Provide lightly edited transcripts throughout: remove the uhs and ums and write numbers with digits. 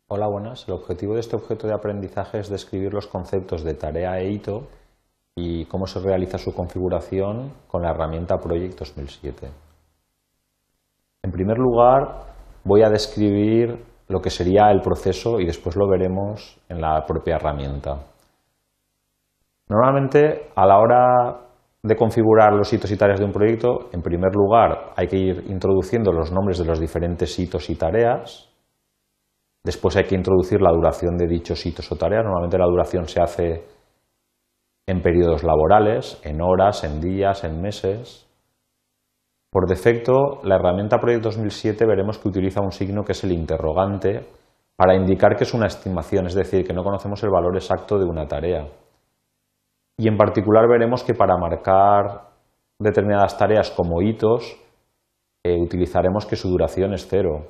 Hola, buenas. El objetivo de este objeto de aprendizaje es describir los conceptos de tarea e hito y cómo se realiza su configuración con la herramienta Project 2007. En primer lugar, voy a describir lo que sería el proceso y después lo veremos en la propia herramienta. Normalmente, a la hora de configurar los hitos y tareas de un proyecto, en primer lugar hay que ir introduciendo los nombres de los diferentes hitos y tareas. Después hay que introducir la duración de dichos hitos o tareas. Normalmente la duración se hace en periodos laborales, en horas, en días, en meses. Por defecto, la herramienta Project 2007 veremos que utiliza un signo que es el interrogante para indicar que es una estimación, es decir, que no conocemos el valor exacto de una tarea. Y en particular veremos que para marcar determinadas tareas como hitos utilizaremos que su duración es 0.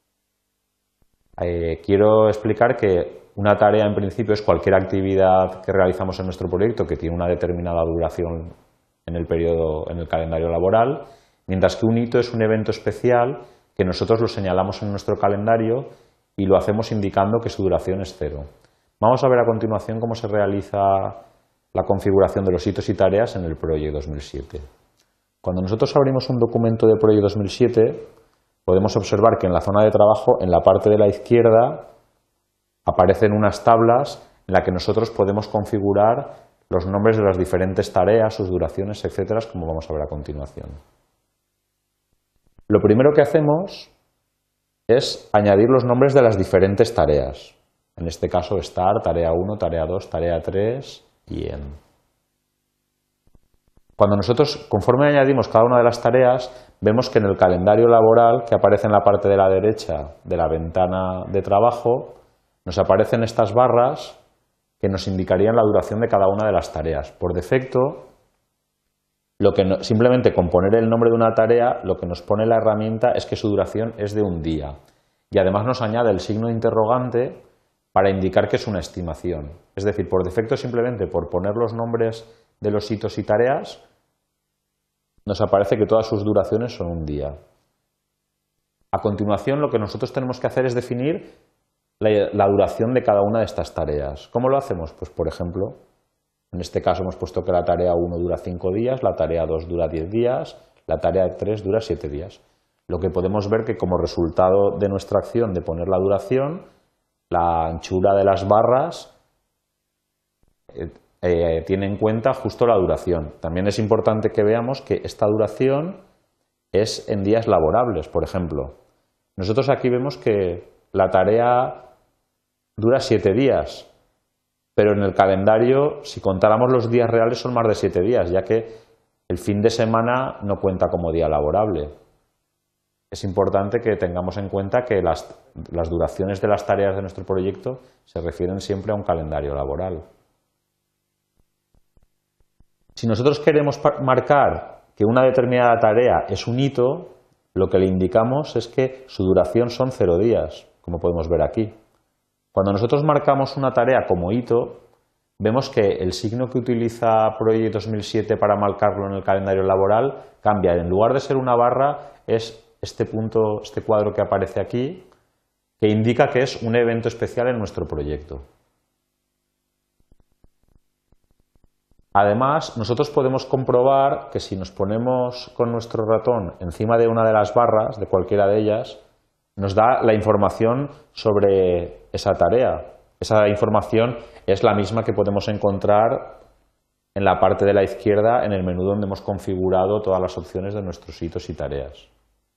Quiero explicar que una tarea en principio es cualquier actividad que realizamos en nuestro proyecto que tiene una determinada duración en el calendario laboral, mientras que un hito es un evento especial que nosotros lo señalamos en nuestro calendario y lo hacemos indicando que su duración es 0. Vamos a ver a continuación cómo se realiza la configuración de los hitos y tareas en el Project 2007. Cuando nosotros abrimos un documento de Project 2007, podemos observar que en la zona de trabajo, en la parte de la izquierda, aparecen unas tablas en las que nosotros podemos configurar los nombres de las diferentes tareas, sus duraciones, etcétera, como vamos a ver a continuación. Lo primero que hacemos es añadir los nombres de las diferentes tareas. En este caso, Start, Tarea 1, Tarea 2, Tarea 3 y End. Cuando nosotros, conforme añadimos cada una de las tareas, vemos que en el calendario laboral, que aparece en la parte de la derecha de la ventana de trabajo, nos aparecen estas barras que nos indicarían la duración de cada una de las tareas. Por defecto, simplemente con poner el nombre de una tarea, lo que nos pone la herramienta es que su duración es de un día. Y además nos añade el signo de interrogante para indicar que es una estimación. Es decir, por defecto, simplemente por poner los nombres de los hitos y tareas, nos aparece que todas sus duraciones son un día. A continuación, lo que nosotros tenemos que hacer es definir la duración de cada una de estas tareas. ¿Cómo lo hacemos? Pues, por ejemplo, en este caso hemos puesto que la tarea 1 dura 5 días, la tarea 2 dura 10 días, la tarea 3 dura 7 días. Lo que podemos ver que como resultado de nuestra acción de poner la duración, la anchura de las barras tiene en cuenta justo la duración. También es importante que veamos que esta duración es en días laborables, por ejemplo. Nosotros aquí vemos que la tarea dura 7 días, pero en el calendario, si contáramos los días reales, son más de 7 días, ya que el fin de semana no cuenta como día laborable. Es importante que tengamos en cuenta que las duraciones de las tareas de nuestro proyecto se refieren siempre a un calendario laboral. Si nosotros queremos marcar que una determinada tarea es un hito, lo que le indicamos es que su duración son 0 días, como podemos ver aquí. Cuando nosotros marcamos una tarea como hito, vemos que el signo que utiliza Project 2007 para marcarlo en el calendario laboral cambia. En lugar de ser una barra, es este punto, este cuadro que aparece aquí, que indica que es un evento especial en nuestro proyecto. Además, nosotros podemos comprobar que si nos ponemos con nuestro ratón encima de una de las barras, de cualquiera de ellas, nos da la información sobre esa tarea. Esa información es la misma que podemos encontrar en la parte de la izquierda en el menú donde hemos configurado todas las opciones de nuestros hitos y tareas.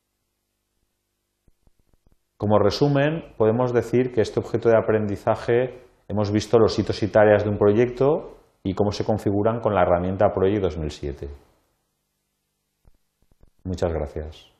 Como resumen, podemos decir que este objeto de aprendizaje hemos visto los hitos y tareas de un proyecto y cómo se configuran con la herramienta Project 2007. Muchas gracias.